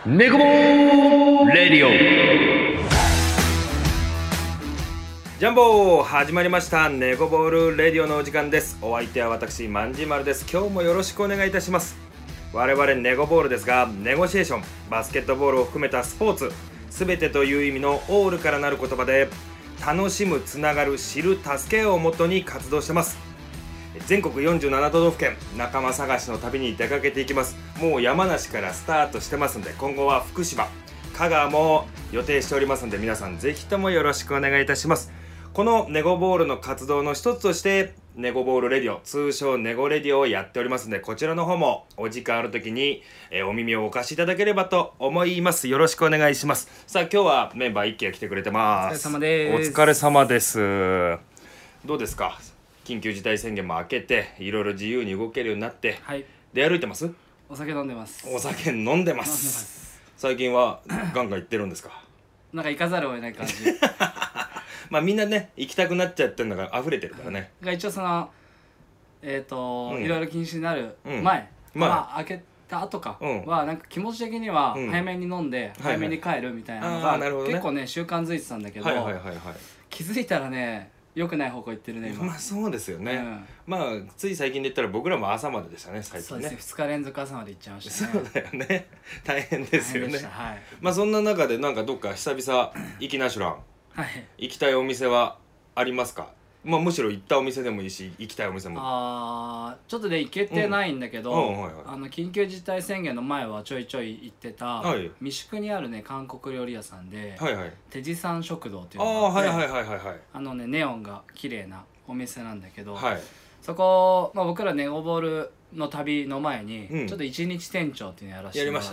ネコボーレディオ。ジャンボー始まりました。ネコボールレディオのお時間です。お相手は私まんじまるです。今日もよろしくお願いいたします。我々ネゴボールですが、ネゴシエーション、バスケットボールを含めたスポーツ、すべてという意味のオールからなる言葉で、楽しむ、つながる、知る、助けをもとに活動してます。全国47都道府県仲間探しの旅に出かけていきます。もう山梨からスタートしてますんで、今後は福島、香川も予定しておりますんで、皆さんぜひともよろしくお願いいたします。このネゴボールの活動の一つとしてネゴボールレディオ、通称ネゴレディオをやっておりますので、こちらの方もお時間ある時に、お耳をお貸しいただければと思います。よろしくお願いします。さあ今日はメンバー一気が来てくれてます。 お疲れ様です。 お疲れ様です。どうですか、緊急事態宣言も明けていろいろ自由に動けるようになって、 はい、 出歩いてます？ お酒飲んでます。 お酒飲んでます。最近はガンガン行ってるんですか？ なんか行かざるを得ない感じまあみんなね、行きたくなっちゃってるのが溢れてるからね。 が一応そのいろいろ禁止になる前、まあ開けた後かはなんか気持ち的には早めに飲んで早めに帰るみたいなのが結構ね習慣づいてたんだけど、気づいたらね良くない方向行ってるね今。 まあそうですよね。まあつい最近で言ったら僕らも朝まででしたね、最近ね。 そうですね、2日連続朝まで行っちゃいましたね。 そうだよね、大変ですよね。 はい、 まあそんな中でなんかどっか久々行きなしゅらん、 はい、 行きたいお店はありますか？まあむしろ行ったお店でもいいし、行きたいお店も。 ちょっとね行けてないんだけど、緊急事態宣言の前はちょいちょい行ってた、三宿にあるね韓国料理屋さんで、テジさん食堂っていうのがあって、ネオンが綺麗なお店なんだけど、そこ、僕らネゴボールの旅の前にちょっと一日店長っていうのやらせてもらって、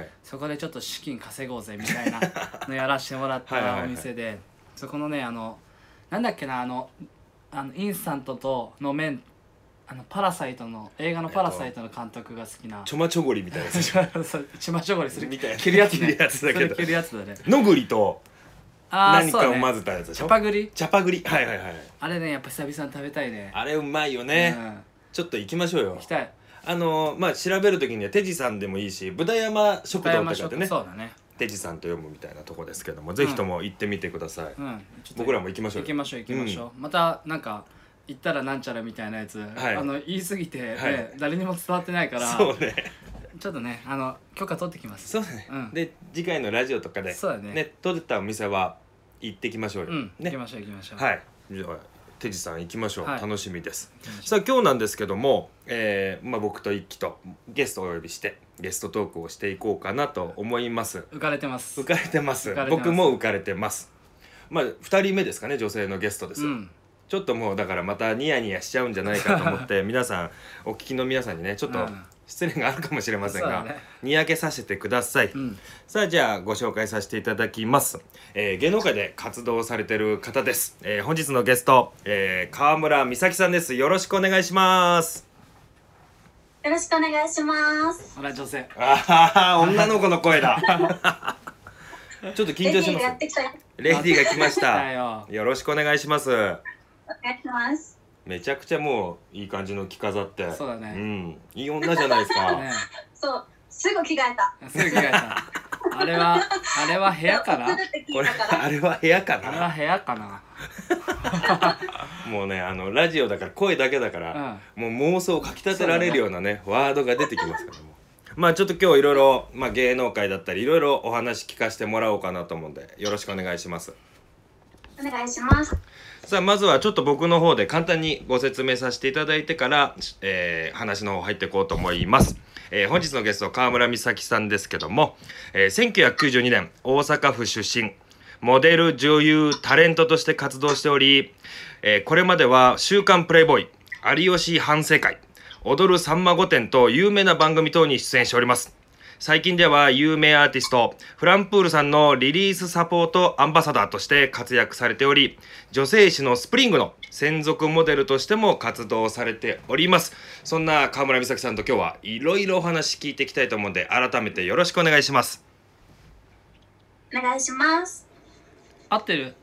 そこでちょっと資金稼ごうぜみたいなのやらせてもらったお店で、そこのねなんだっけな、インスタントとの麺、パラサイトの映画のパラサイトの監督が好きなちょまちょごりみたいなやつ。 ちまちょごりするみたいな切るやつね。 切るやつだけど、 切るやつだね。 のぐりと何かを混ぜたやつでしょ。 チャパグリ。 チャパグリ、はいはいはい。 あれねやっぱ久々に食べたいね。 あれうまいよね。ちょっと行きましょうよ。 行きたい。 まあ調べるときにはテジさんでもいいし、豚山食堂とかでね、 そうだね、 テジさんと読むみたいなとこですけども、ぜひとも行ってみてください。僕らも行きましょう。 行きましょう行きましょう。またなんか行ったらなんちゃらみたいなやつ、言い過ぎて誰にも伝わってないから、そうね、ちょっとね許可取ってきます。 そうね。で次回のラジオとかでね撮ったお店は行ってきましょうよ。 行きましょう行きましょう。 はい、じゃあテジさん行きましょう。楽しみです。さあ今日なんですけども、僕と一輝とゲストをお呼びしてゲストトークをしていこうかなと思います。 浮かれてます。 浮かれてます。僕も浮かれてます。まあ2人目ですかね、女性のゲストです。ちょっともうだからまたニヤニヤしちゃうんじゃないかと思って皆さんお聞きの皆さんにねちょっと失礼があるかもしれませんが、にやけさせてください。さあじゃあご紹介させていただきます。芸能界で活動されている方です。本日のゲスト、川村美咲さんです。よろしくお願いします。 よろしくお願いします。 あら女性。 女の子の声だ。ちょっと緊張します。レディーが来ました。よろしくお願いします。お願いします。 めちゃくちゃもういい感じの着飾って。 そうだね。 いい女じゃないですか。 そう、すぐ着替えた。 すぐ着替えた。あれは部屋かな。 これあれは部屋かな。 あれは部屋かな。 もうねラジオだから声だけだから、もう妄想をかきたてられるようなねワードが出てきますからもう。まあちょっと今日いろいろ芸能界だったりいろいろお話聞かせてもらおうかなと思うんでよろしくお願いします。 お願いします。 さあまずはちょっと僕の方で簡単にご説明させていただいてから、話の方入っていこうと思います。本日のゲスト川村美咲さんですけども、1992年大阪府出身、モデル女優タレントとして活動しており、これまでは週刊プレイボーイ、有吉反省会、踊るさんま御殿と有名な番組等に出演しております。最近では有名アーティストフランプールさんのリリースサポートアンバサダーとして活躍されており、女性誌のスプリングの専属モデルとしても活動されております。そんな川村美咲さんと今日はいろいろお話聞いていきたいと思うんで改めてよろしくお願いします。 お願いします。 合ってる？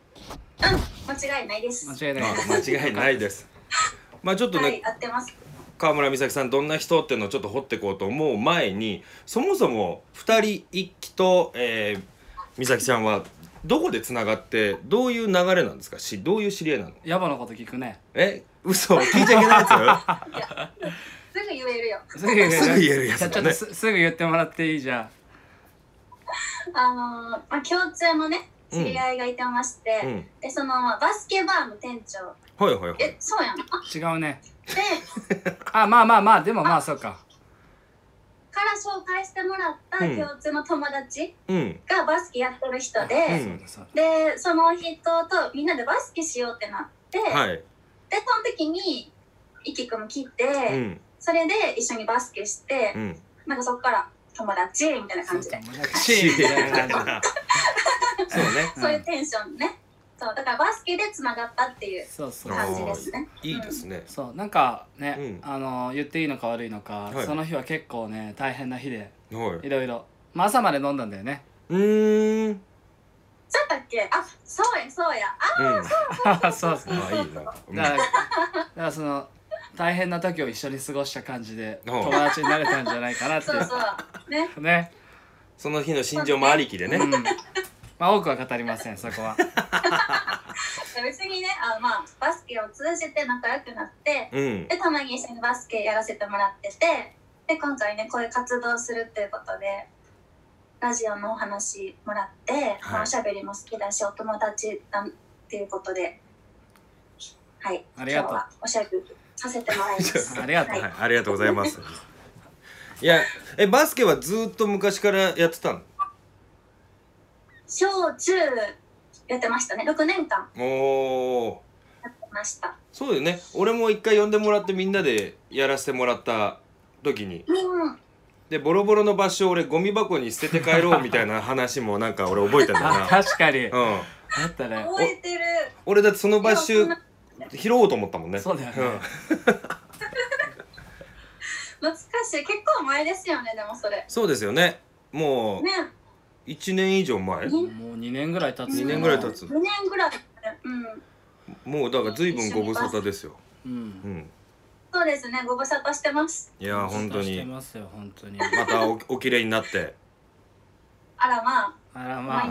間違いないです。 間違いないです。 まあちょっとね、 合ってます。 川村美咲さんどんな人っていうのをちょっと掘っていこうと思う前に、そもそも2人一輝と、美咲ちゃんはどこでつながってどういう流れなんですか？どういう知り合いなの？ ヤバのこと聞くね。 嘘、聞いちゃいけないやつすぐ言えるよ。 すぐ言えるやつだね。 ちょっとすぐ言ってもらっていいじゃん。 共通のね知り合いがいてまして、でそのバスケバーの店長。 はいはいはい。 そうやん。 違うね。 で、 まあでもまあそうか。 から紹介してもらった共通の友達がバスケやってる人で、でその人とみんなでバスケしようってなって、でその時にいきくんも来て、それで一緒にバスケして、なんかそっから友達みたいな感じで。友達みたいな感じ。そうね。そういうテンションね。そうだからバスケでつながったっていう感じですね。 いいですね。 そうなんかね、言っていいのか悪いのか、その日は結構ね大変な日で、いろいろ朝まで飲んだんだよね。 そうだっけ？そうや。 そうだからその大変な時を一緒に過ごした感じで友達になれたんじゃないかなって。 そうね。 その日の心情もありきでね。 まあ多くは語りません、そこは。 別にね、バスケを通じて仲良くなって、でたまに一緒にバスケやらせてもらってて、で今回ねこういう活動するっていうことでラジオのお話もらって、おしゃべりも好きだしお友達だっていうことで、はい、 ありがとう。 今日はおしゃべりさせてもらいます。 ありがとう、 ありがとうございます。いや、バスケはずっと昔からやってたの？ 小中やってましたね。6年間やってました。 そうだよね。俺も一回呼んでもらってみんなでやらせてもらった時に、でボロボロの場所を俺ゴミ箱に捨てて帰ろうみたいな話もなんか俺覚えてんだよな。 確かに。あったね。 覚えてる。 俺だってその場所拾おうと思ったもんね。 そうだよね。 懐かしい。結構前ですよね。でもそれ。 そうですよね。もう1年以上前。 もう2年ぐらい経つ。 2年ぐらい経つ。 2年ぐらい。 もうだから随分ご無沙汰ですよ。 そうですね。ご無沙汰してます。 いや本当に。 してますよ本当に。 またお綺麗になって。 あらまあ。 あらまあ。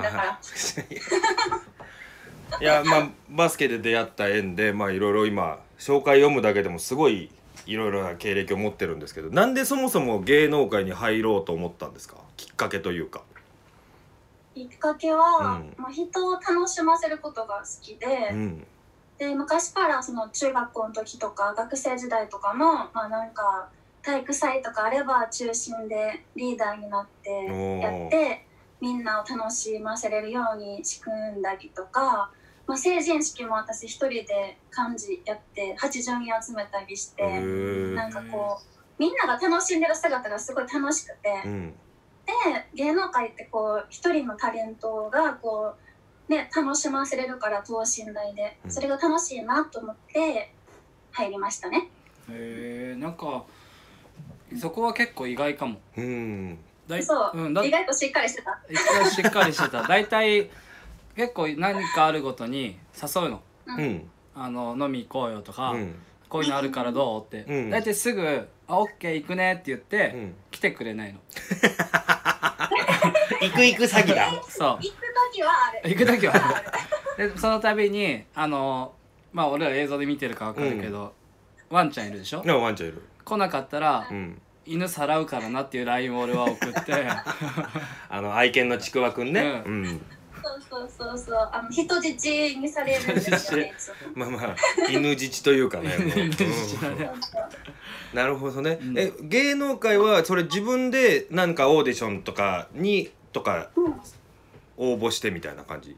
いやバスケで出会った縁でいろいろ今紹介読むだけでもすごいいろいろな経歴を持ってるんですけど、なんでそもそも芸能界に入ろうと思ったんですか？きっかけというか。 きっかけは、人を楽しませることが好きで、で昔からその中学校の時とか学生時代とかもなんか体育祭とかあれば中心でリーダーになってやってみんなを楽しませれるように仕組んだりとか、成人式も私一人で幹事やって8順に集めたりして、なんかこうみんなが楽しんでる姿がすごい楽しくて、で芸能界ってこう一人のタレントがこうね楽しませれるから等身大で、それが楽しいなと思って入りましたね。 なんかそこは結構意外かも。 そう、意外としっかりしてた。 しっかりしてた。だいたい結構何かあるごとに誘うの。飲み行こうよとか、こういうのあるからどうって。だいたいすぐオッケー行くねって言って来てくれないの。 行く詐欺だ。 そう。行く時はある。 行く時はある。でその度に俺ら映像で見てるか分かるけど、ワンちゃんいるでしょ。 ワンちゃんいる。 来なかったら、犬さらうからなっていう LINE を俺は送って愛犬のちくわくんね。 そう人質にされるんですよね。 犬質というかね。なるほどね。芸能界はそれ自分でなんかオーディションとか応募してみたいな感じ？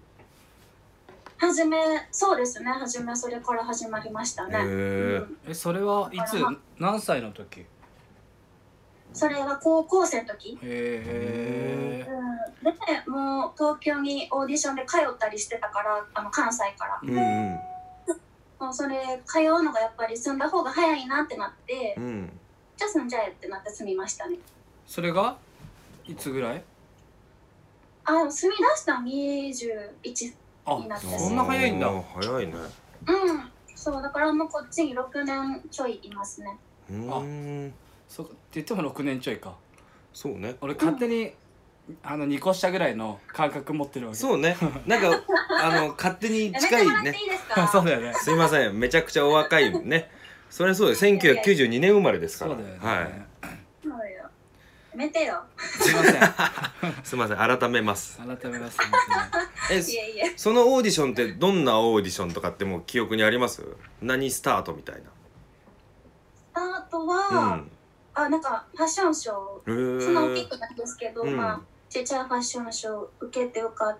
そうですね。初めそれから始まりましたね。 それはいつ何歳の時？ それは高校生の時。でもう東京にオーディションで通ったりしてたから、関西から。もうそれ通うのがやっぱり住んだ方が早いなってなって、じゃあ住んじゃえってなって住みましたね。 それがいつぐらい？ 住み出したの21になって。 そんな早いんだ。 早いね。 そうだからもうこっちに6年ちょいいますね。 そうって言っても6年ちょいか。 そうね。 俺勝手に2個下ぐらいの感覚持ってるわけ。 そうね。なんか勝手に近いね。 そうだよね。 すいません、めちゃくちゃお若いね。それはそうです。1992年生まれですから。 そうだよね。 はい。 そうよ。やめてよ。 すいません。 すいません、改めます。 改めます。 いえいえ。 そのオーディションってどんなオーディションとかってもう記憶にあります？何スタートみたいな。 スタートは、なんかファッションショー、そんな大きくないんですけど、まあちっちゃいファッションショー受けて受かって、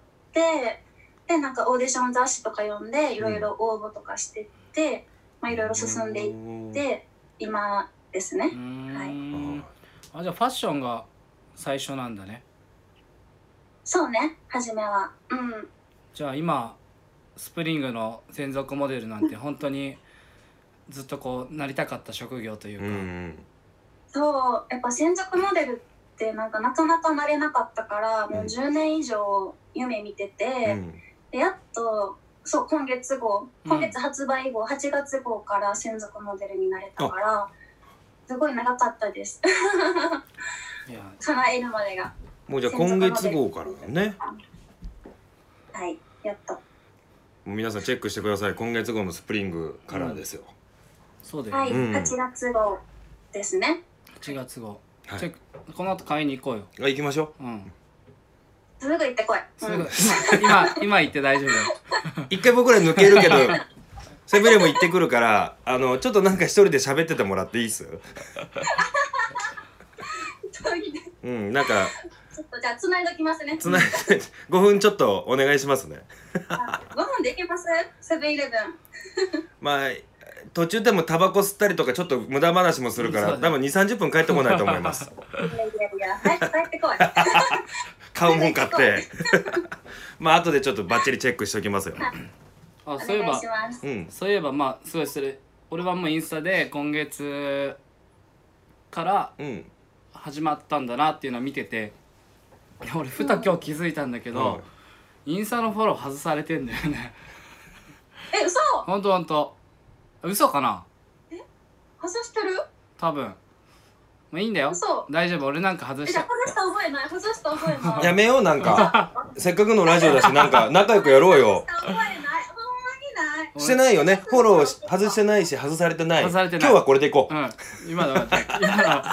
でなんかオーディション雑誌とか読んでいろいろ応募とかしてって、まあいろいろ進んでいって今ですね。 はい。じゃあファッションが最初なんだね。 そうね、初めは。 じゃあ今スプリングの専属モデルなんて本当にずっとこうなりたかった職業というか。 そうやっぱ専属モデルってなかなかなれなかったからもう10年以上夢見てて、でやっとそう今月発売後8月号から専属モデルになれたからすごい長かったです叶えるまでが。 もうじゃあ今月号からね。 はい、やっと。 もう皆さんチェックしてください。今月号のスプリングからですよ。 そうだよね。はい、8月号ですね。 8月号。この後買いに行こうよ。 行きましょう。 すぐ行ってこい。 今行って大丈夫だよ。 一回僕ら抜けるけどセブンイレブン行ってくるからちょっとなんか一人で喋っててもらっていいっす？なんかちょっとじゃあ繋いどきますね。 5分ちょっとお願いしますね。 5分できます？セブンイレブン。 まあ途中でもタバコ吸ったりとかちょっと無駄話もするから多分 2,30 分帰ってこないと思います。 いや早く帰ってこい。 買うもん買ってまあ後でちょっとバッチリチェックしておきますよ。 そういえばまあすごいそれ俺はもうインスタで今月から始まったんだなっていうのを見てて、俺ふた今日気づいたんだけど、インスタのフォロー外されてんだよね。 嘘？ ほんと嘘かな？ 外してる？ 多分。まあいいんだよ。大丈夫。俺なんか外した。 外した覚えない。 やめようなんか。せっかくのラジオだしなんか仲良くやろうよ。 覚えない。ほんまにない。 してないよね。フォロー外してないし外されてない。今日はこれでいこう。 今の。 ほんまに多分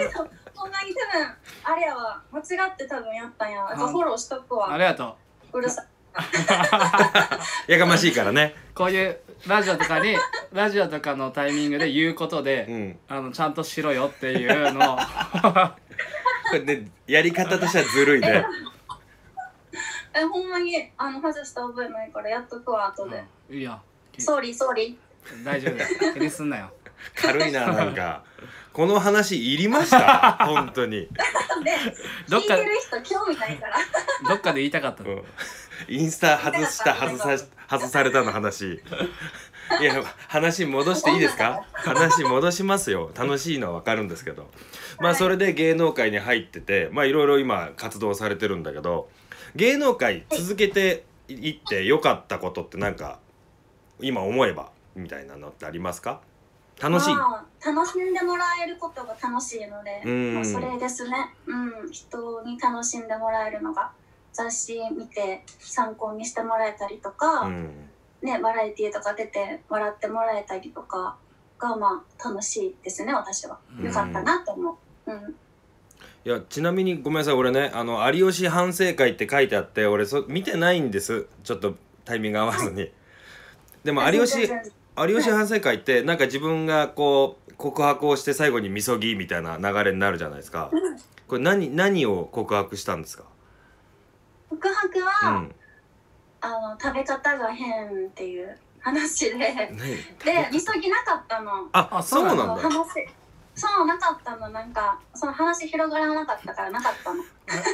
あれやわ。間違って多分やったんや。フォローしとくわ。 ありがとう。うるさい。 やかましいからね。 こういうラジオとかのタイミングで言うことで、ちゃんとしろよっていうのをこれねやり方としてはずるいね。 ほんまに外した覚えないからやっとくわ後で。 いやソーリー大丈夫だよ。気にすんなよ。 軽いななんかこの話いりました本当に。 聞いてる人興味ないから。 どっかで言いたかったの。 インスタ外されたの話。いや話戻していいですか？話戻しますよ。楽しいのは分かるんですけど、まあそれで芸能界に入っててまあいろいろ今活動されてるんだけど、芸能界続けていってよかったことってなんか今思えばみたいなのってありますか？楽しい、 楽しんでもらえることが楽しいので、まあ、それですね。人に楽しんでもらえるのが雑誌見て参考にしてもらえたりとか、ね、バラエティーとか出て笑ってもらえたりとかがまあ楽しいですね。私はよかったなと思う。 いやちなみにごめんなさい俺ね有吉反省会って書いてあって俺見てないんです。ちょっとタイミング合わずに。でも有吉反省会ってなんか自分がこう告白をして最後にみそぎみたいな流れになるじゃないですか。これ何を告白したんですか？ 告白は、食べ方が変っていう話で、みそぎなかったの。 あ、そうなんだ。 そうなかったの。なんかその話広がらなかったからなかったの。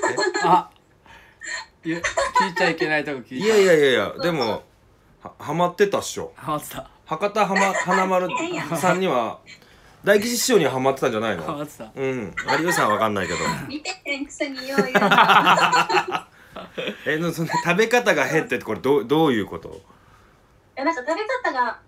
聞いちゃいけないとこ聞いた。 いやでもハマってたっしょ。 ハマってた。 博多華丸さんには大吉師匠にはハマってたんじゃないの？ ハマってた。 有吉さんは分かんないけど。 見てへんくせによう言うな。 その食べ方が変ってこれどういうこと？ なんか食べ方が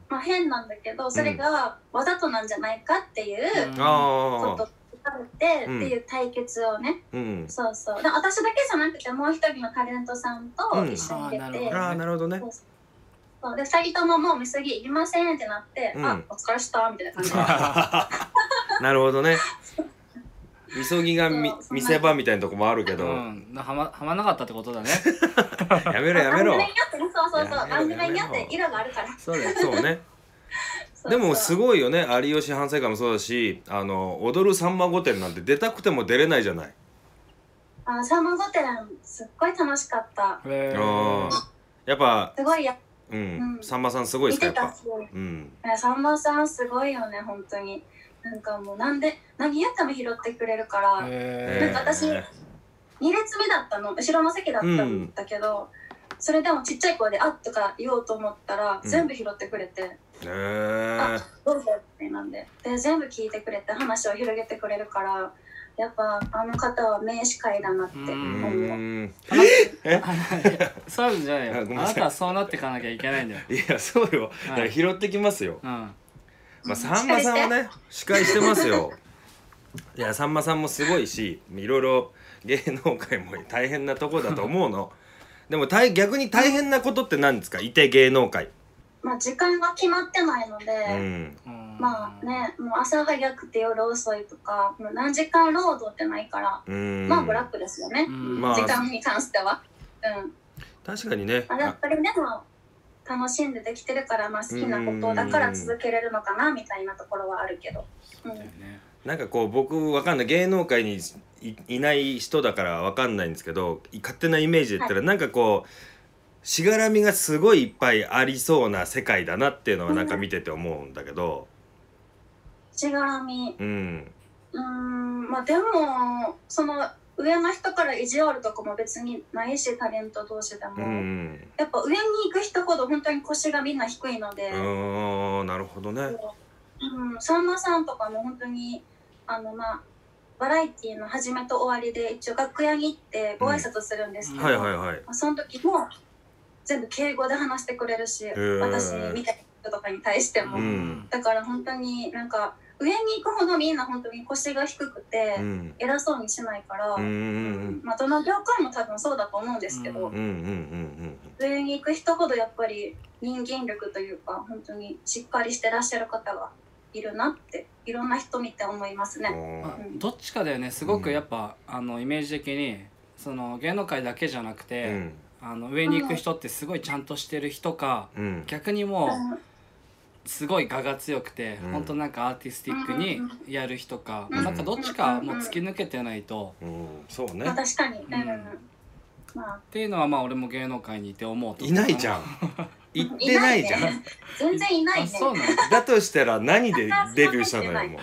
まあ、変なんだけどそれがわざとなんじゃないかっていうことを食べてっていう対決をね、そうそうで私だけじゃなくてもう一人のタレントさんと一緒に出て、 なるほどね。 そうで2人とももう見過ぎいりませんってなって、お疲れしたみたいな感じでなるほどね。みそぎが見せ場みたいなとこもあるけど、 はまなかったってことだね。 やめろやめろ。 そう番組によって色があるから。 そうね。でもすごいよね。有吉反省会もそうだし、踊るさんま御殿なんて出たくても出れないじゃない。 さんま御殿すっごい楽しかった。 やっぱすごいさんまさんすごいですかやっぱ。さんまさんすごいよね本当に。なんかもう何言っても拾ってくれるから、なんか私2列目だったの、後ろの席だったんだけど、それでもちっちゃい声で「あっ」とか言おうと思ったら全部拾ってくれて「あどうぞ」ってなんで全部聞いてくれて話を広げてくれるから、やっぱあの方は名司会だなって思う。 そうじゃないよ。あなたはそうなっていかなきゃいけないんだよ。 いやそうよ。拾ってきますよ。まあ、さんまさんはね司会してますよ。いやさんまさんもすごいしいろいろ芸能界も大変なとこだと思うの。でも逆に大変なことって何ですか、いて芸能界。 まあ時間が決まってないので、まあねもう朝早くて夜遅いとかもう何時間労働ってないから、まあブラックですよね、時間に関しては。 確かにね。 やっぱりでも楽しんでできてるから、まあ、好きなことだから続けれるのかなみたいなところはあるけど、 なんかこう僕わかんない芸能界に いない人だからわかんないんですけど、勝手なイメージで言ったら、なんかこうしがらみがすごいいっぱいありそうな世界だなっていうのはなんか見てて思うんだけど、 しがらみまあでもその上の人から意地悪とかも別にないし、タレント同士でも、やっぱ上に行く人ほど本当に腰がみんな低いので。 なるほどね。 さんまさんとかも本当にまあバラエティの始めと終わりで一応楽屋に行ってご挨拶するんですけど、その時も全部敬語で話してくれるし、私みたいな人とかに対しても、だから本当になんか上に行くほどみんな本当に腰が低くて偉そうにしないから、まあどの業界も多分そうだと思うんですけど、上に行く人ほどやっぱり人間力というか本当にしっかりしてらっしゃる方がいるなっていろんな人見て思いますね。 どっちかだよね。すごくやっぱイメージ的にその芸能界だけじゃなくて、上に行く人ってすごいちゃんとしてる人か、逆にもうすごい我が強くて、本当なんかアーティスティックにやる人か、なんかどっちかもう突き抜けてないと、 そうね。 確かに。 っていうのはまあ俺も芸能界にいて思うと。 いないじゃん。行ってないじゃん。 全然いないね。 そうなんだとしたら何でデビューしたのよもう。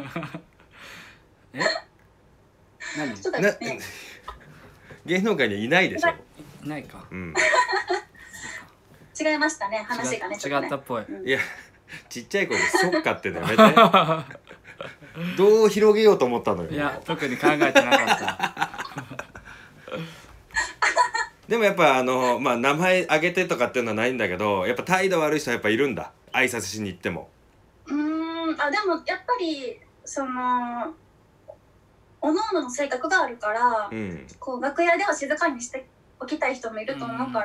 何？芸能界にいないでしょ。 いないか。 違いましたね、話がね。 違ったっぽい。 いやちっちゃい声でそっかってやめて。どう広げようと思ったのよ。 いや特に考えてなかった。 でもやっぱまあ名前挙げてとかっていうのはないんだけど、やっぱ態度悪い人はやっぱいるんだ、挨拶しに行っても。 でもやっぱりそのおのおのの性格があるから、こう楽屋では静かにしておきたい人もいると思うから、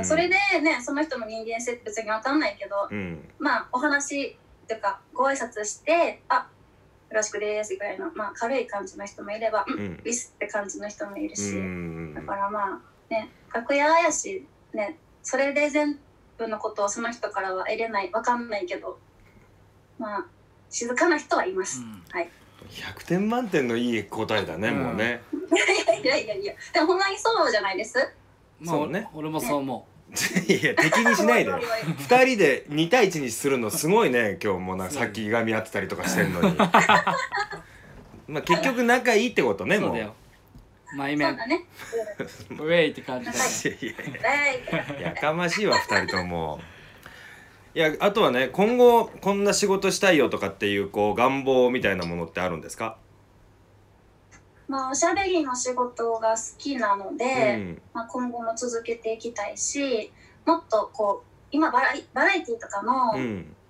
それでねその人の人間性って別に分かんないけど、まあお話というかご挨拶して「あよろしくです」ぐらいの、まあ、軽い感じの人もいれば「ウィス」って感じの人もいるし、だからまあね楽屋やしね、それで全部のことをその人からは得れない分かんないけど、まあ静かな人はいます。はい。 100点満点のいい答えだね、もうね。 いやでもほんまにそうじゃないです。 そうね。俺もそう思う。 いや敵にしないで。2人で2対1にするのすごいね。今日もなんかさっきいがみ合ってたりとかしてんのに。まあ結局仲いいってことね、もう。そうだよ。 前面。そうだね。ウェイって感じだ。 やかましいわ2人とも。いやあとはね、今後こんな仕事したいよとかっていうこう願望みたいなものってあるんですか？ まあおしゃべりの仕事が好きなので、まあ、今後も続けていきたいし、もっとこう今バラエティとかの、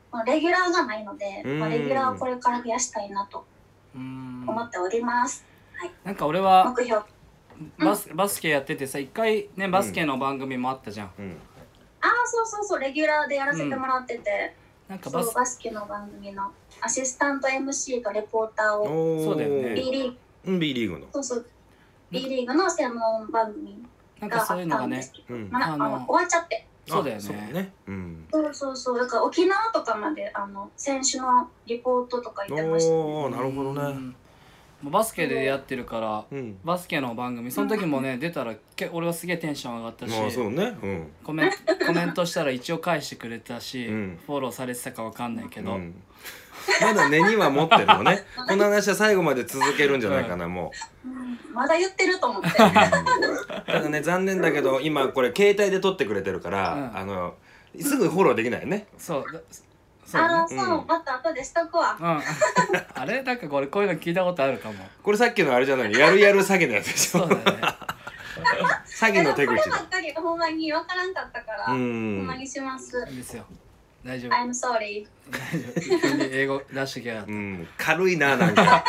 レギュラーがないので、レギュラーをこれから増やしたいなと思っております。はい、 なんか俺は目標バスケやっててさ、一回ねバスケの番組もあったじゃん。 そうレギュラーでやらせてもらってて、なんかバスケの番組のアシスタント MC とレポーターを、 そうだよね、 B リーグの B リーグの専門番組があったんですけど、終わっちゃって。 そうだよね。 そうだから沖縄とかまで選手のリポートとか言ってましたね。 なるほどね。 バスケでやってるから、バスケの番組その時もね出たら俺はすげえテンション上がったし、コメントしたら一応返してくれたし、フォローされてたかわかんないけど、 まだ根には持ってるのね。この話は最後まで続けるんじゃないかな、もう。まだ言ってると思って。 ただね、残念だけど今これ携帯で撮ってくれてるから、すぐフォローできないよね。 そう、また後でしとくわ。 あれなんかこういうの聞いたことあるかも。 これさっきのあれじゃないの、やる詐欺のやつでしょ。そうだね。詐欺の手口。 こればっかりほんまに分からんかったから、ほんまにします。 いいですよ。大丈夫。 I'm sorry。 英語出してきやがった。 軽いな、なんか。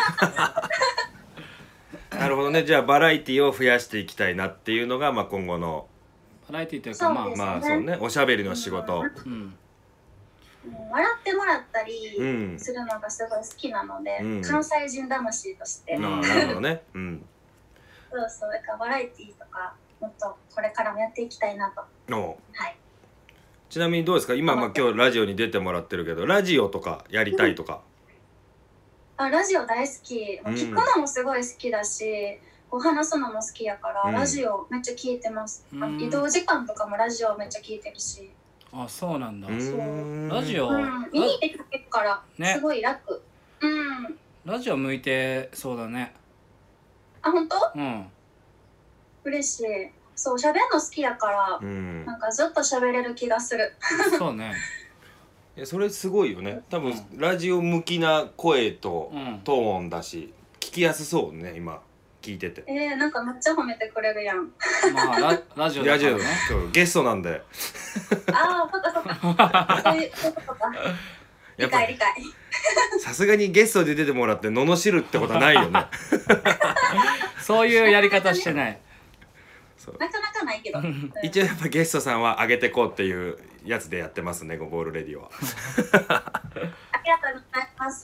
なるほどね。じゃあバラエティを増やしていきたいなっていうのが今後のバラエティというか、 そうね、おしゃべりの仕事。 笑ってもらったりするのがすごい好きなので、関西人魂として。 なるほどね。 そうだからバラエティとかもっとこれからもやっていきたいなと。はい。 ちなみにどうですか、今今日ラジオに出てもらってるけど、ラジオとかやりたいとか。 ラジオ大好き。聞くのもすごい好きだし、話すのも好きやから、ラジオめっちゃ聞いてます。移動時間とかもラジオめっちゃ聞いてるし。 あ、そうなんだ。 ラジオ耳で聞けるからすごい楽。 ラジオ向いてそうだね。 あ、本当？嬉しい。そう、喋るの好きやから、なんかずっと喋れる気がする。 そうね。 それすごいよね。多分ラジオ向きな声とトーンだし、聞きやすそうね、今聞いてて。 なんかめっちゃ褒めてくれるやん。 ラジオだからね。 ゲストなんで。 そっか。そういうことか。理解。 さすがにゲストで出てもらって罵るってことはないよね。 そういうやり方してない。 なかなかないけど。 一応やっぱゲストさんは上げてこうっていうやつでやってますね、ゴボールレディオは。 ありがとうございます。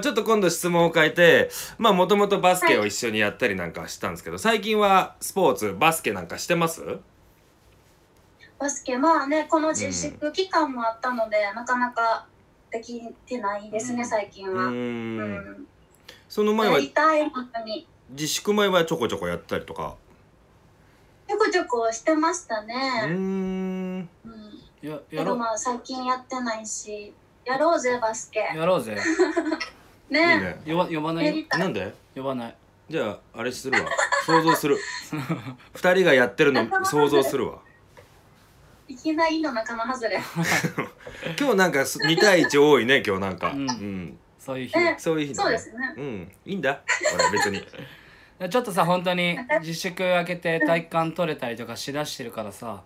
ちょっと今度質問を変えて、もともとバスケを一緒にやったりなんかしたんですけど、最近はスポーツバスケなんかしてます？ バスケこの自粛期間もあったのでなかなかできてないですね、最近は。 その前はやりたい、本当に。 自粛前はちょこちょこやったりとか。 ちょこちょこしてましたね。けど最近やってないし、やろうぜバスケ。 やろうぜ。 ね。 呼ばない。 なんで？ 呼ばない。 じゃああれするわ。想像する。2人がやってるの想像するわ。 いきなりの仲間外れ。 今日なんか2対1多いね、今日なんか。 そういう日。 そういう日。そうですね。いいんだ。俺別に。 ちょっとさ、本当に自粛明けて体育館取れたりとかしだしてるからさ、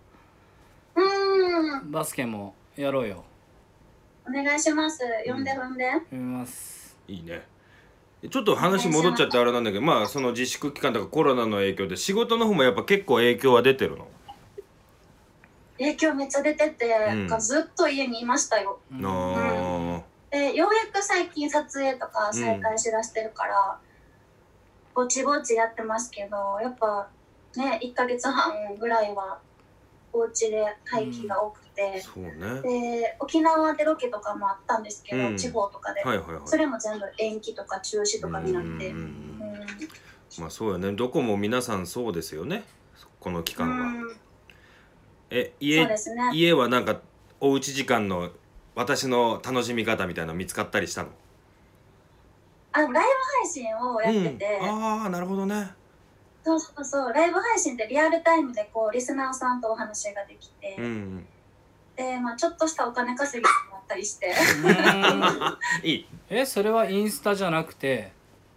バスケもやろうよ。 お願いします。呼んで。 呼びます。 いいね。ちょっと話戻っちゃってあれなんだけど、その自粛期間とかコロナの影響で仕事の方もやっぱ結構影響は出てるの？ 影響めっちゃ出てて、ずっと家にいましたよ。で、ようやく最近撮影とか再開しだしてるから、ぼちぼちやってますけど、やっぱね、1ヶ月半ぐらいはお家で待機が多くて、で、沖縄でロケとかもあったんですけど、地方とかで、それも全部延期とか中止とかになって。 そうよね、どこも皆さんそうですよね、この期間は。家はなんかおうち時間の私の楽しみ方みたいなの見つかったりしたの？ ライブ配信をやってて、 なるほどね。 そうライブ配信ってリアルタイムでリスナーさんとお話ができて、でちょっとしたお金稼ぎもあったりしていい。 それはインスタじゃなくて、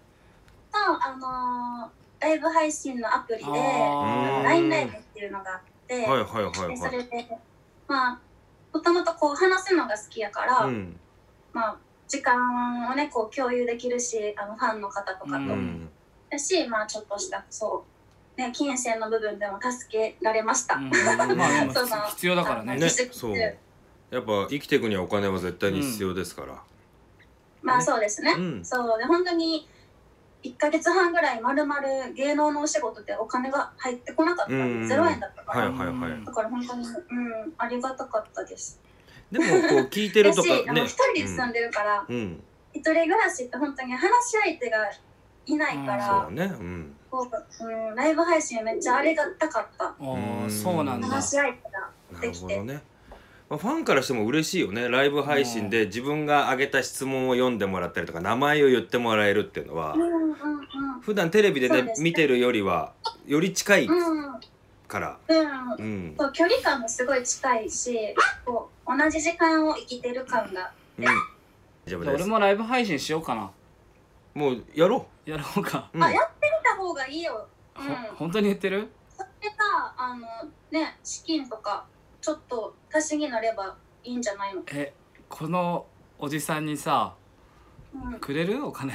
ライブ配信のアプリで LINE ライブっていうのがあって、それでもともとこう話すのが好きやから、まあ時間をねこう共有できるし、ファンの方とかと、だし、まあちょっとしたそうね、金銭の部分でも助けられました。まあ必要だからね。 そう。やっぱ生きていくにはお金は絶対に必要ですから。 まあそうですね。そうで本当に1ヶ月半ぐらいまるまる芸能のお仕事でお金が入ってこなかった。0円だったから。だから本当にありがたかったです。 でもこう聞いてるとかね。 一人で住んでるから、一人暮らしって本当に話し相手がいないから。 そうね。 ライブ配信めっちゃありがたかった。 そうなんだ。 話し相手ができて。 ファンからしても嬉しいよね。ライブ配信で自分が上げた質問を読んでもらったりとか名前を言ってもらえるっていうのは普段テレビでね見てるよりはより近いからそう距離感もすごい近いしこう同じ時間を生きてる感が俺もライブ配信しようかな。 もうやろうやろうか。 やってみた方がいいよ。 本当に言ってる？ それさね資金とかちょっと足しになればいいんじゃないの？ このおじさんにさ、くれるお金？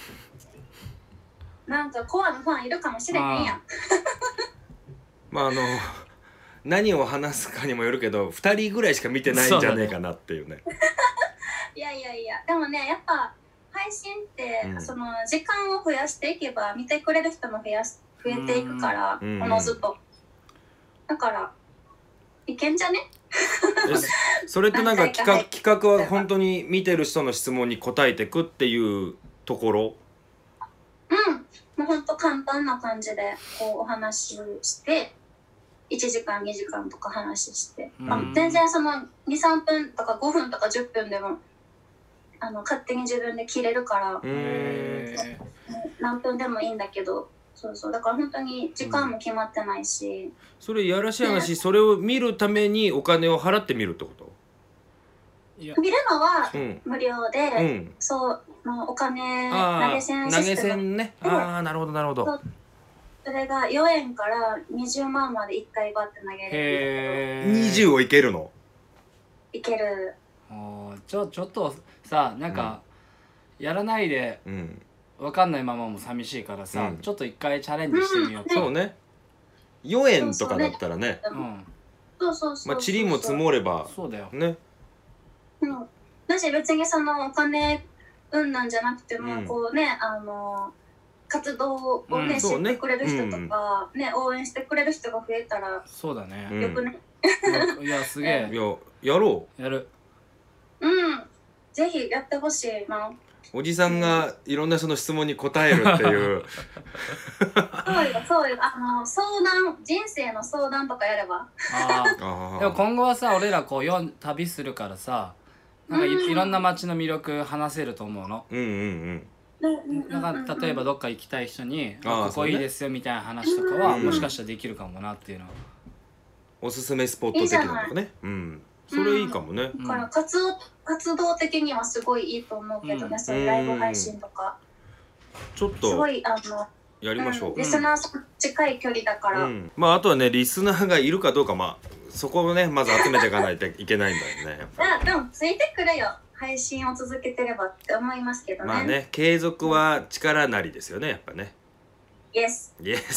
なんかコアのファンいるかもしれへんやん。 まあ何を話すかにもよるけど2人ぐらいしか見てないんじゃねえかなっていうね。 いやでもねやっぱ配信って、その時間を増やしていけば見てくれる人も増えていくからおのずと。だからいけんじゃね？ それってなんか企画は本当に見てる人の質問に答えてくっていうところ？ もう本当簡単な感じでこうお話をして1時間2時間とか話して、全然その 2,3 分とか5分とか10分でも勝手に自分で切れるから何分でもいいんだけど。そうだから本当に時間も決まってないし、 それやらしい話、それを見るためにお金を払って見るってこと？ 見るのは無料で、そうお金投げ銭システムね。なるほど。 それが4円から20万まで1回バッて投げれるんだけど。20をいけるの？ いける。 ちょっとさなんか、やらないで。分かんないままも寂しいからさ、ちょっと一回チャレンジしてみようか。 そうね。4円とかだったらね。まあ塵も積もれば。 そうだよ。 ね。 だし別にそのお金なんじゃなくてもこうね活動をね知ってくれる人とかね応援してくれる人が増えたら。 そうだね。 よくね。 いやすげえ。 やろう。 やる。 ぜひやってほしいな。 おじさんがいろんな人の質問に答えるっていうそうよ相談人生の相談とかやればでも今後はさ俺らこう旅するからさなんかいろんな街の魅力話せると思うの。なんか例えばどっか行きたい人にここいいですよみたいな話とかはもしかしたらできるかもなっていうのは。 おすすめスポット的なのとかね。それいいかもね。 だから活動的にはすごいいいと思うけどね、そういうライブ配信とか。 ちょっとすごいやりましょう。 リスナーさん近い距離だから。 まああとはねリスナーがいるかどうかそこをねまず集めていかないといけないんだよね。 でもついてくるよ。配信を続けてればって思いますけどね。 まあね継続は力なりですよねやっぱね。 イエス。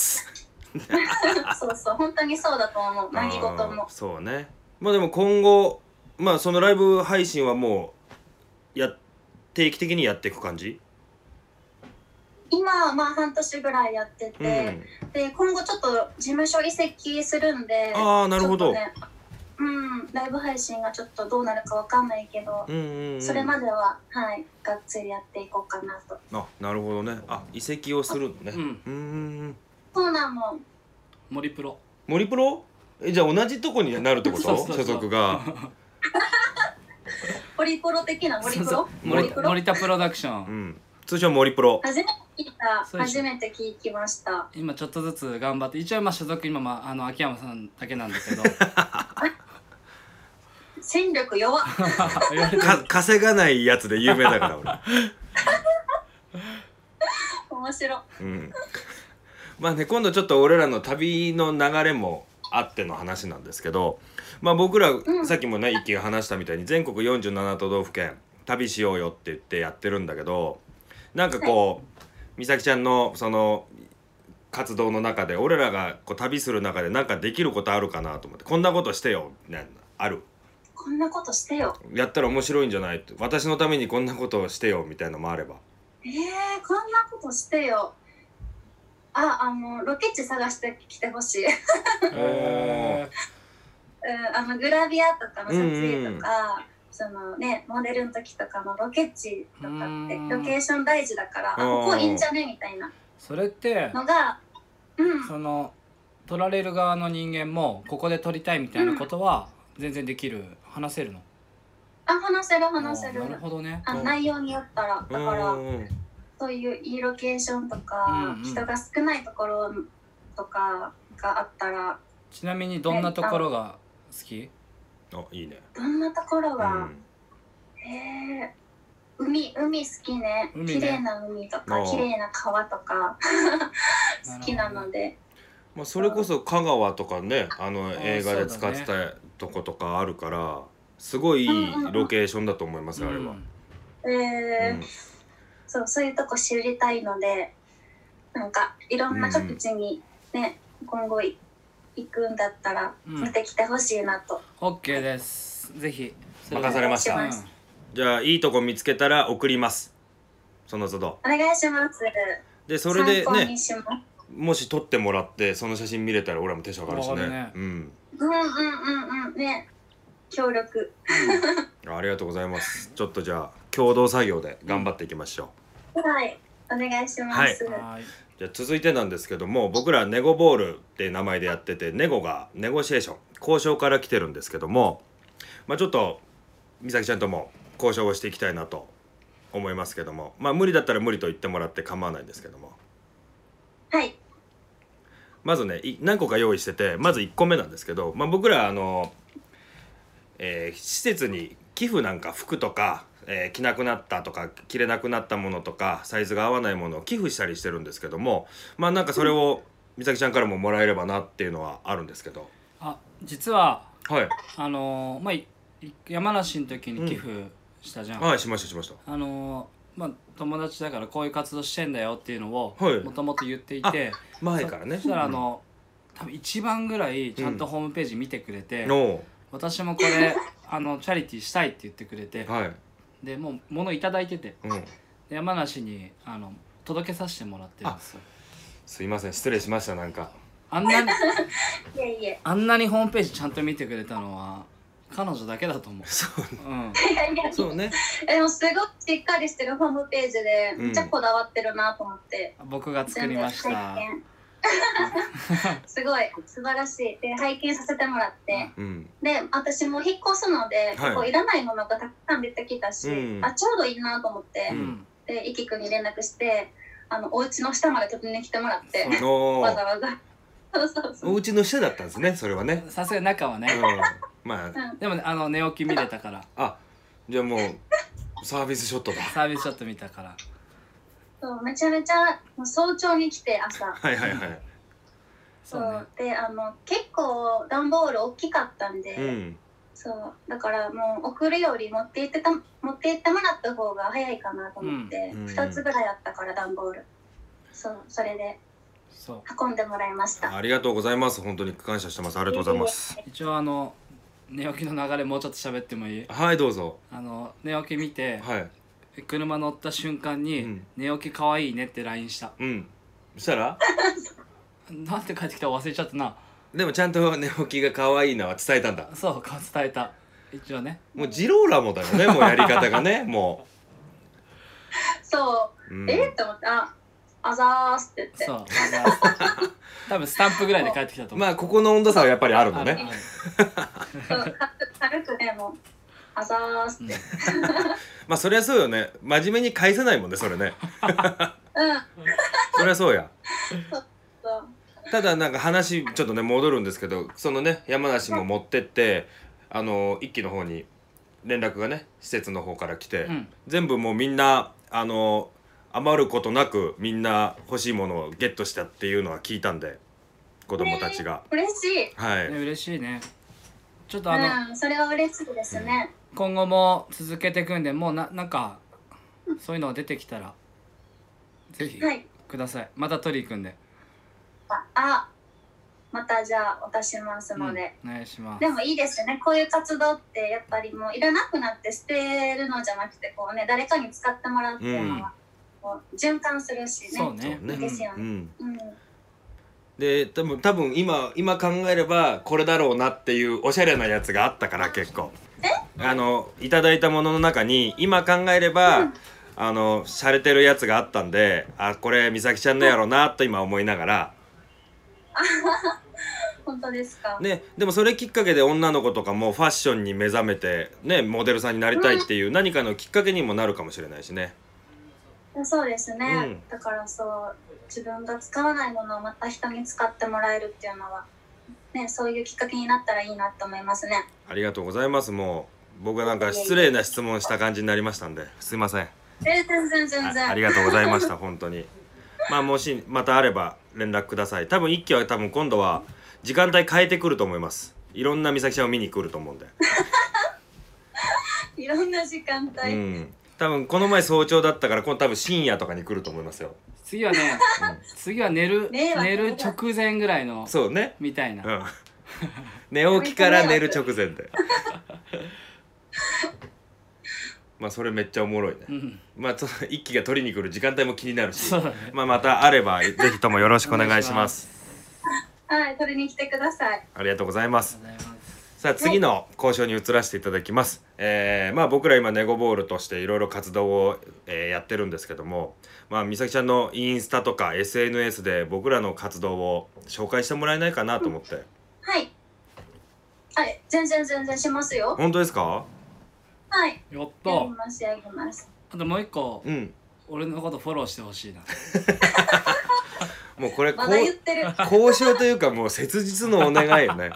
そう本当にそうだと思う。何事も。 そうね。まあでも今後そのライブ配信はもう定期的にやっていく感じ？ 今は半年ぐらいやってて、で今後ちょっと事務所移籍するんで。 なるほど。 ライブ配信がちょっとどうなるかわかんないけど、それまではがっつりやっていこうかなと。 なるほどね。移籍をするのね。 そうなの。 森プロ？ じゃあ同じとこになるってこと？所属が。 森プロ的な森田プロダクション。 通称森プロ。 初めて聞きました。 今ちょっとずつ頑張って一応所属秋山さんだけなんだけど。 戦力弱。 稼がないやつで有名だから俺。 面白い。 まあね今度ちょっと俺らの旅の流れもあっての話なんですけど、まあ僕ら、さっきもね一輝が話したみたいに全国47都道府県旅しようよって言ってやってるんだけど、なんかこう美咲ちゃんのその活動の中で俺らがこう旅する中でなんかできることあるかなと思って、こんなことしてよね、ある？ こんなことしてよ、 やったら面白いんじゃない？私のためにこんなことをしてよみたいなのもあれば。 こんなことしてよ。ロケ地探してきてほしい。グラビアとかの撮影とか、そのね、モデルの時とかのロケ地とかってロケーション大事だから、ここいいんじゃねみたいなそれってのが、 その撮られる側の人間もここで撮りたいみたいなことは全然できる、話せるの？ 話せる。 なるほどね。 内容によったら、だからそういういいロケーションとか、人が少ないところとかがあったら。 ちなみにどんなところが好き？ いいね。 どんなところが、海好きね。綺麗な海とか綺麗な川とか好きなので。 まあそれこそ香川とかね、映画で使ってたとことかあるから、すごいいいロケーションだと思いますあれは。 そういうとこ知りたいので、なんかいろんな各地にね、今後行くんだったら見てきてほしいなと。 OK です。ぜひ任されました。じゃあいいとこ見つけたら送ります。その都度。 お願いします。 でそれでね、もし撮ってもらってその写真見れたら俺らもテンション上がるしね。 ね、協力。 ありがとうございます。ちょっとじゃあ共同作業で頑張っていきましょう。はい、お願いします。 じゃあ続いてなんですけども、僕らネゴボールって名前でやってて、ネゴがネゴシエーション、交渉から来てるんですけども、まあちょっと美咲ちゃんとも交渉をしていきたいなと思いますけども、まあ無理だったら無理と言ってもらって構わないんですけども。 はい。 まずね、何個か用意してて、まず1個目なんですけど、まあ僕ら施設に寄付なんか服とか、着なくなったとか着れなくなったものとかサイズが合わないものを寄付したりしてるんですけども、まあなんかそれを美咲ちゃんからももらえればなっていうのはあるんですけど。 実ははい、 まあ山梨の時に寄付したじゃん。 はい、しました。 まあ友達だからこういう活動してんだよっていうのをもともと言っていて、 前からね。 そしたら多分一番ぐらいちゃんとホームページ見てくれて、私もこれチャリティーしたいって言ってくれて、でもう物いただいてて、で山梨に届けさせてもらってるんですよ。 すいません、失礼しました。なんかあんなにあんなにホームページちゃんと見てくれたのは彼女だけだと思う。 そうね。 でもすごくしっかりしてるホームページでめっちゃこだわってるなと思って、 僕が作りました。 すごい素晴らしい。で拝見させてもらって、で私も引っ越すので結構いらないものがたくさん出てきたし、ちょうどいいなと思って、でいきくんに連絡してお家の下まで取りに来てもらって、わざわざ。 お家の下だったんですね、それはね。 さすがに中はね。 まあでも寝起き見れたから。 じゃあもうサービスショットだ。 サービスショット見たから。 そう、めちゃめちゃ早朝に来て朝。そうで結構段ボール大きかったんで、そうだからもう送るより持って行ってもらった方が早いかなと思って、2つぐらいあったから段ボール。それで運んでもらいました。 ありがとうございます。本当に感謝してます。ありがとうございます。 一応寝起きの流れもうちょっと喋ってもいい？ はい、どうぞ。 寝起き見て、車乗った瞬間に寝起きかわいいねって LINE した。 そしたらなんて帰ってきたか忘れちゃったな。 でもちゃんと寝起きが可愛いのは伝えたんだ。 そう伝えた。一応ね。 もうジローラモだよね、もうやり方がね、もう。そう。って思って、あざーすって言って。そう。 多分スタンプぐらいで帰ってきたと思う。 まあここの温度差はやっぱりあるのね。 軽くね、もうあざーすって。 まあそりゃそうよね。真面目に返せないもんね、それね。そりゃそうや。ただなんか話ちょっとね戻るんですけど、そのね山梨も持ってって一期の方に連絡がね施設の方から来て、全部もうみんな余ることなくみんな欲しいものをゲットしたっていうのは聞いたんで、 子供たちが。 嬉しい。 はい。 嬉しいね。ちょっとそれは嬉しいですね。 今後も続けていくんで、もうなんかそういうのが出てきたらぜひください。また取り行くんで。 またじゃあ渡しますので、 お願いします。 でもいいですね、こういう活動ってやっぱりもういらなくなって捨てるのじゃなくて、こうね、誰かに使ってもらうっていうのは、こう循環するしね。 そうね。 いいですよね。 で多分今考えればこれだろうなっていうおしゃれなやつがあったから、結構いただいたものの中に今考えれば、洒落てるやつがあったんで、これ美咲ちゃんのやろうなと今思いながら。 本当ですか。 ね、でもそれきっかけで女の子とかもファッションに目覚めて、ね、モデルさんになりたいっていう何かのきっかけにもなるかもしれないしね。 そうですね、だから自分が使わないものをまた人に使ってもらえるっていうのは、ね、そういうきっかけになったらいいなと思いますね。 ありがとうございます。もう僕はなんか失礼な質問した感じになりましたんで、すいません。 全然ありがとうございました本当に。もしまたあれば連絡ください。多分一期は今度は時間帯変えてくると思います。いろんな美咲ちゃんを見に来ると思うんでいろんな時間帯、 多分この前早朝だったから、今度多分深夜とかに来ると思いますよ。 次はね、次は寝る直前ぐらいの、 そうね、 みたいな、 寝起きから寝る直前でそれめっちゃおもろいね。一期が取りに来る時間帯も気になるし、またあればぜひともよろしくお願いします。 はい、取りに来てください。 ありがとうございます。さあ次の交渉に移らせていただきます。僕ら今ネゴボールとしていろいろ活動を、やってるんですけども、美咲ちゃんのインスタとか SNS で僕らの活動を紹介してもらえないかなと思って。 はい。全然しますよ。 本当ですか？ はい。 やった。 やります。 あともう一個、俺のことフォローしてほしいな。 もうこれまだ言ってる交渉というかもう切実のお願いよね。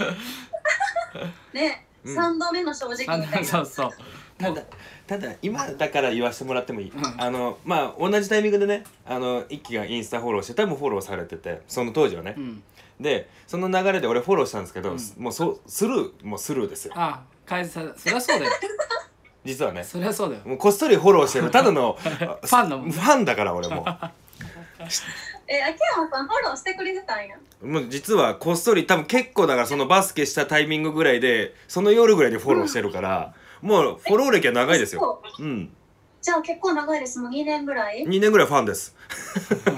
ね、3度目の正直みたいな。 そうただ今だから言わせてもらってもいい、同じタイミングでね、一輝がインスタフォローして多分フォローされてて、その当時はね、でその流れで俺フォローしたんですけど、もうスルーですよ。 返さ、そりゃそうだよ。 実はね、 そりゃそうだよ。 もうこっそりフォローしてるただのファンだから俺も。 秋山さんフォローしてくれてたんや。 もう実はこっそり、多分結構だから、そのバスケしたタイミングぐらいでその夜ぐらいにフォローしてるから、もうフォロー歴は長いですよ。 じゃあ結構長いです。もう2年ぐらい 2年ぐらいファンです。 フォ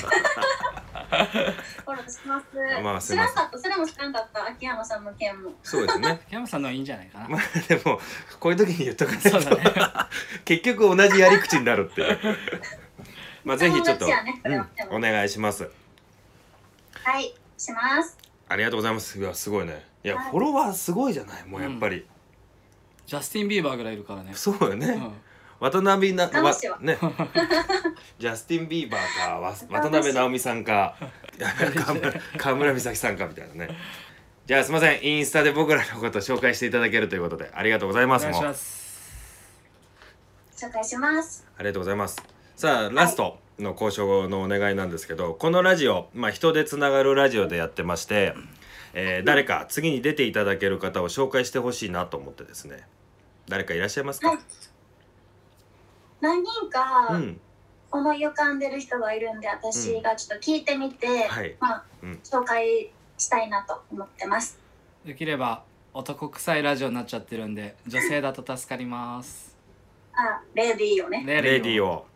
ローします。知らんかった。それも知らんかった。秋山さんの件も。 そうですね。 秋山さんのはいいんじゃないかな。 でもこういう時に言っとかないと結局同じやり口になるっていう。ぜひちょっと、お願いします。 はい、します。 ありがとうございます。いやすごいね。いやフォロワーすごいじゃない。もうやっぱり、 ジャスティン・ビーバーぐらいいるからね。 そうよね。渡辺ね、ジャスティン・ビーバーか渡辺直美さんか川村美咲さんかみたいなね。じゃあすみません、インスタで僕らのことを紹介していただけるということでありがとうございます。 お願いします。 紹介します。 ありがとうございます。さあラストの交渉のお願いなんですけど、このラジオ、人でつながるラジオでやってまして、誰か次に出ていただける方を紹介してほしいなと思ってですね。誰かいらっしゃいますか？ 何人か思い浮かんでる人がいるんで、私がちょっと聞いてみて、紹介したいなと思ってます。 できれば男臭いラジオになっちゃってるんで、女性だと助かります。 レディーをね。 レディーを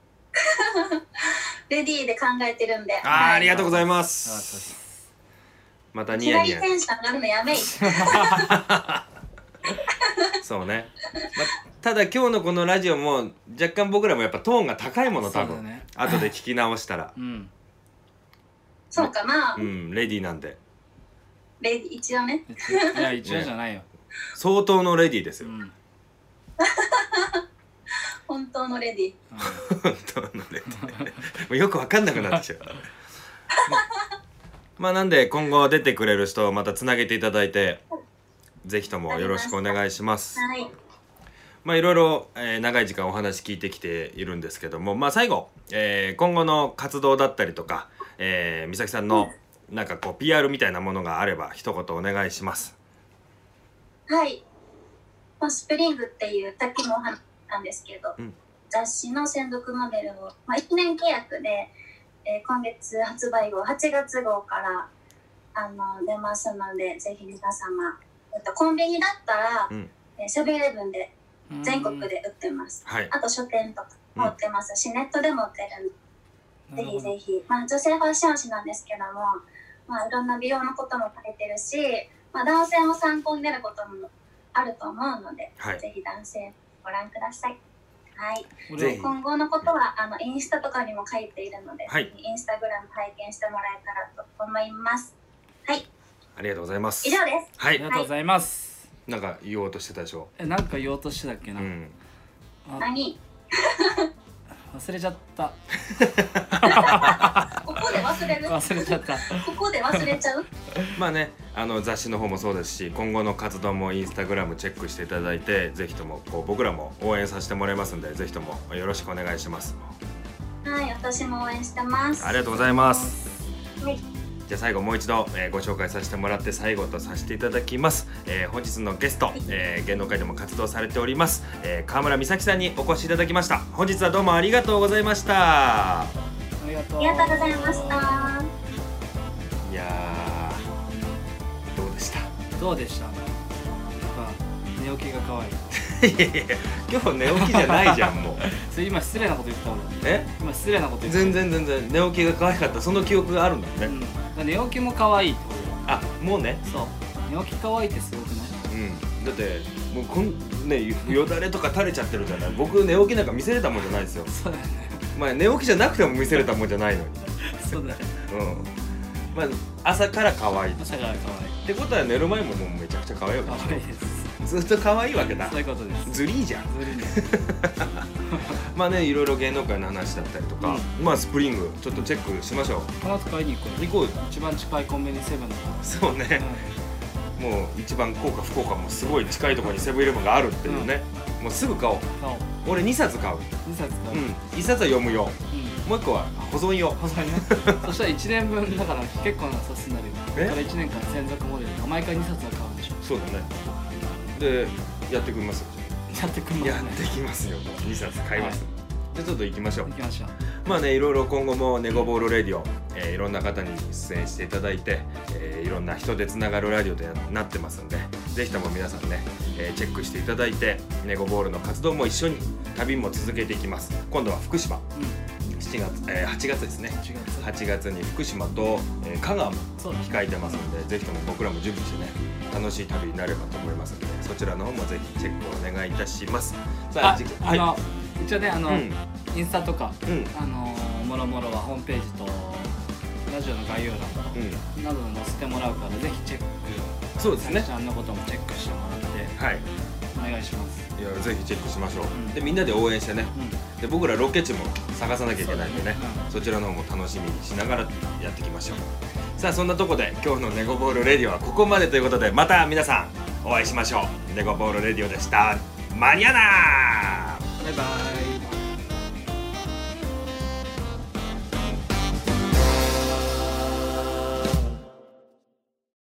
レディーで考えてるんで。 ありがとうございます。またニヤニヤ。 左テンション上がるのやめい。 そうね。ただ今日のこのラジオも若干僕らもやっぱトーンが高いもの、多分後で聞き直したら。 そうかな。 レディーなんで。 レディー一応ね。 いや一応じゃないよ。 相当のレディーですよ。 本当のレディ。 本当のレディ。よく分かんなくなってきちゃう。なんで今後出てくれる人をまたつなげていただいて、ぜひともよろしくお願いします。 はい。 いろいろ長い時間お話聞いてきているんですけども、最後、今後の活動だったりとか、美咲さんのなんかこう PR みたいなものがあれば一言お願いします。 はい、スプリングっていうさっきもお話したんですけど、雑誌の専属モデルを、1年契約で、今月発売後8月号から出ますので、ぜひ皆様、コンビニだったら、セブンイレブンで全国で売ってます、あと書店とかも売ってますし、ネットでも売ってるので、ぜひぜひ、女性ファッション誌なんですけども、いろんな美容のことも書いてるし、男性も参考になることもあると思うので、ぜひ男性ご覧ください。はい、今後のことはインスタとかにも書いているので、インスタグラム拝見してもらえたらと思います。はい、 ありがとうございます。 以上です。 はい、ありがとうございます。 なんか言おうとしてたでしょ。 なんか言おうとしてたっけな。 何？ 忘れちゃった。 ここで忘れる？ 忘れちゃった。 ここで忘れちゃう？ まあね、雑誌の方もそうですし、今後の活動もインスタグラムチェックしていただいて、ぜひともこう僕らも応援させてもらいますので、ぜひともよろしくお願いします。 はい、私も応援してます。 ありがとうございます。 はい。 じゃあ最後もう一度、ご紹介させてもらって最後とさせていただきます。本日のゲスト、芸能界でも活動されております、川村美咲さんにお越しいただきました。本日はどうもありがとうございました。 ありがとうございました。 いやー、どうでした？ どうでした？寝起きが可愛い。 いやいや、今日寝起きじゃないじゃんもう。 それ今失礼なこと言った俺。今失礼なこと言った。 全然寝起きが可愛かった。その記憶があるんだね。 寝起きも可愛いってこと。 あ、もうね。 そう。寝起き可愛いってすごくない？ だってもうよだれとか垂れちゃってるじゃない。僕寝起きなんか見せれたもんじゃないですよ。 そうだよ寝ね。 起きじゃなくても見せれたもんじゃないのに。 そうだよ。 朝から可愛い。 朝から可愛い。 ってことは寝る前ももうめちゃくちゃ可愛いわけでしょ。 可愛いです。 ずっと可愛いわけだ。 そういうことです。 ずりーじゃん。 ずりね、いろいろ芸能界の話だったりとか、スプリングちょっとチェックしましょう。 この後買いに行こう。一番近いコンビニセブンだから。 そうね。もう一番福岡もすごい近いところにセブンイレブンがあるっていうね。もうすぐ買おう。俺2冊買う。 2冊買う。 1冊は読むよ。もう1個は保存用。 保存ね。そしたら1年分だから結構な冊数になるよ。だから1年間専属モデルが毎回2冊は買うんでしょ。 そうだね。で、やってきますよ。 やってきますよ。2冊買います。じゃあちょっと行きましょう。 行きましょう。 いろいろ今後もネゴボールレディオ、いろんな方に出演していただいて、いろんな人でつながるラジオとなってますんで、ぜひとも皆さんね、チェックしていただいて、ネゴボールの活動も一緒に旅も続けていきます。今度は福島、8月ですね。8月に福島と、香川も控えてますので、ぜひとも僕らも準備してね、楽しい旅になればと思いますので、そちらの方もぜひチェックをお願いいたします。 一応ね、インスタとか、もろもろはホームページとラジオの概要欄などに載せてもらうから、ぜひチェック、 そうですね、 ちゃんのこともチェックしてもらって、お願いします。 いや、ぜひチェックしましょう。で、みんなで応援してね、で僕らロケ地も探さなきゃいけないんでね、そちらの方も楽しみにしながらやっていきましょう。さあ、そんなとこで今日のネゴボールレディオはここまでということで、また皆さんお会いしましょう。ネゴボールレディオでした。マニアナー。 バイバイ。